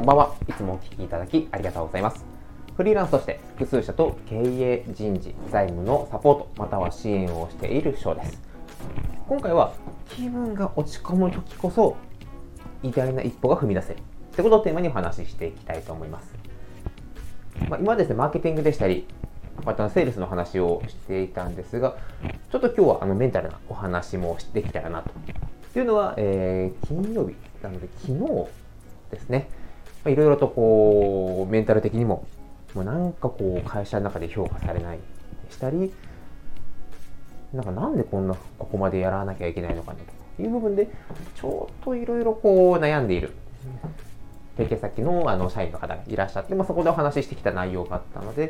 こんばんは。いつもお聞きいただきありがとうございます。フリーランスとして複数社と経営、人事、財務のサポートまたは支援をしている翔です。今回は気分が落ち込む時こそ偉大な一歩が踏み出せるってことをテーマにお話ししていきたいと思います。今はですね、マーケティングでしたりまたセールスの話をしていたんですが、ちょっと今日はメンタルなお話もできたらなというのは、金曜日なので昨日ですね、いろいろとこうメンタル的にもなんかこう会社の中で評価されないしたり、なんでここまでやらなきゃいけないのかなという部分でちょっといろいろこう悩んでいる提携先の社員の方がいらっしゃって、そこでお話ししてきた内容があったので、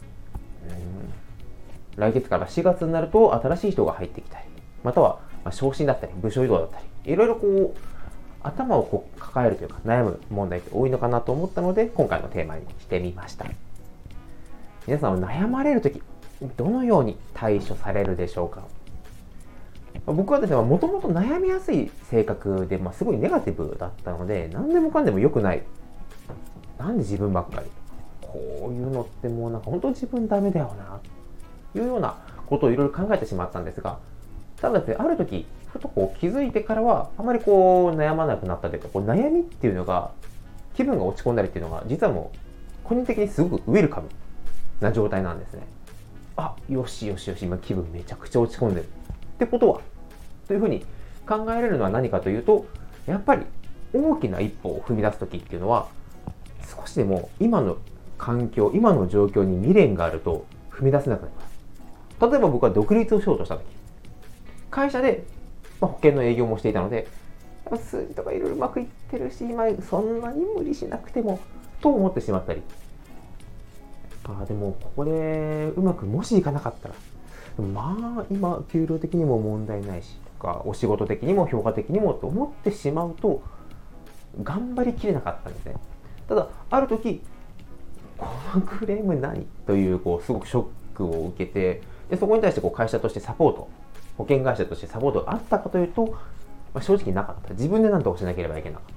来月から4月になると新しい人が入ってきたり、または昇進だったり部署移動だったり、いろいろこう頭を抱えるというか悩む問題って多いのかなと思ったので、今回のテーマにしてみました。皆さんは悩まれるときどのように対処されるでしょうか。僕はですね、もともと悩みやすい性格で、すごいネガティブだったので、何でもかんでも良くない、なんで自分ばっかり、こういうのってもう本当に自分ダメだよなというようなことをいろいろ考えてしまったんですが、ただですね、ある時ふと気づいてからはあまり悩まなくなったというか、悩みっていうのが、気分が落ち込んだりっていうのが実はもう個人的にすごくウェルカムな状態なんですね。よしよしよし、今気分めちゃくちゃ落ち込んでるってことはというふうに考えられるのは何かというと、やっぱり大きな一歩を踏み出す時っていうのは、少しでも今の環境、今の状況に未練があると踏み出せなくなります。例えば僕は独立をしようとした時、会社で保険の営業もしていたので、数字とかいろいろうまくいってるし、今そんなに無理しなくてもと思ってしまったり、でもここでうまくもしいかなかったら、今給料的にも問題ないしとか、お仕事的にも評価的にもと思ってしまうと頑張りきれなかったんですね。ただある時、このクレーム何というすごくショックを受けて、でそこに対して会社としてサポート、保険会社としてサポートがあったかというと、正直なかった。自分で何とかしなければいけなかった。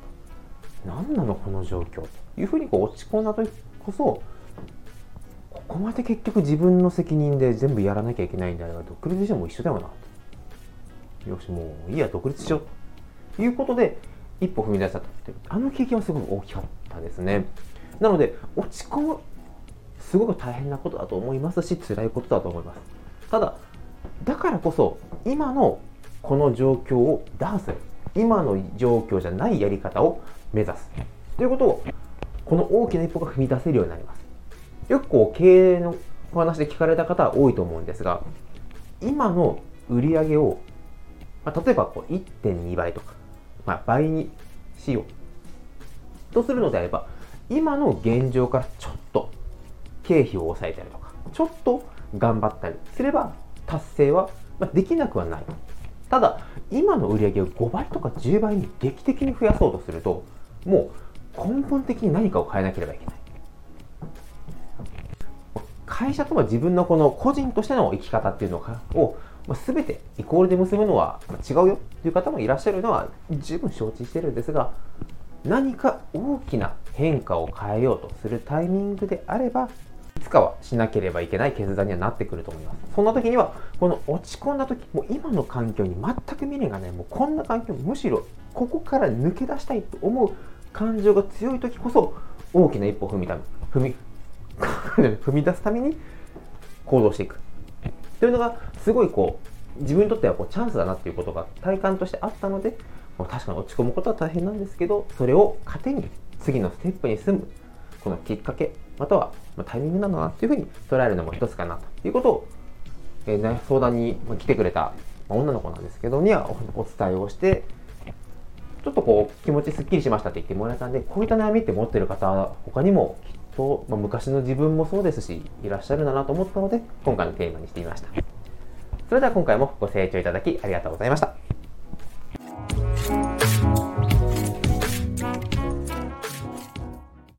何なのこの状況というふうに落ち込んだ時こそ、ここまで結局自分の責任で全部やらなきゃいけないんであれば、独立しても一緒だよなと。よし、もういいや、独立しようということで一歩踏み出したという、経験はすごく大きかったですね。なので落ち込む、すごく大変なことだと思いますし、辛いことだと思います。ただだからこそ今のこの状況を打破する、今の状況じゃないやり方を目指すということを、この大きな一歩が踏み出せるようになります。よく経営のお話で聞かれた方は多いと思うんですが、今の売り上げを、例えば1.2 倍とか、倍にしようとするのであれば、今の現状からちょっと経費を抑えたりとか、ちょっと頑張ったりすれば達成はできなくはない。ただ今の売り上げを5倍とか10倍に劇的に増やそうとすると、もう根本的に何かを変えなければいけない。会社とは自分の個人としての生き方っていうのを全てイコールで結ぶのは違うよという方もいらっしゃるのは十分承知しているんですが、何か大きな変化を変えようとするタイミングであれば、いつかはしなければいけない決断にはなってくると思います。そんな時には、この落ち込んだ時、もう今の環境に全く未練がない、もうこんな環境、むしろここから抜け出したいと思う感情が強い時こそ、大きな一歩を踏み出すために行動していくというのが、すごい自分にとってはチャンスだなっていうことが体感としてあったので、確かに落ち込むことは大変なんですけど、それを糧に次のステップに進むこのきっかけ、またはタイミングなのかなというふうに捉えるのも一つかなということを、相談に来てくれた女の子なんですけどにはお伝えをして、ちょっと気持ちすっきりしましたって言ってもらえたんで、こういった悩みって持ってる方他にもきっと、昔の自分もそうですしいらっしゃるんだなと思ったので、今回のテーマにしてみました。それでは今回もご清聴いただきありがとうございました。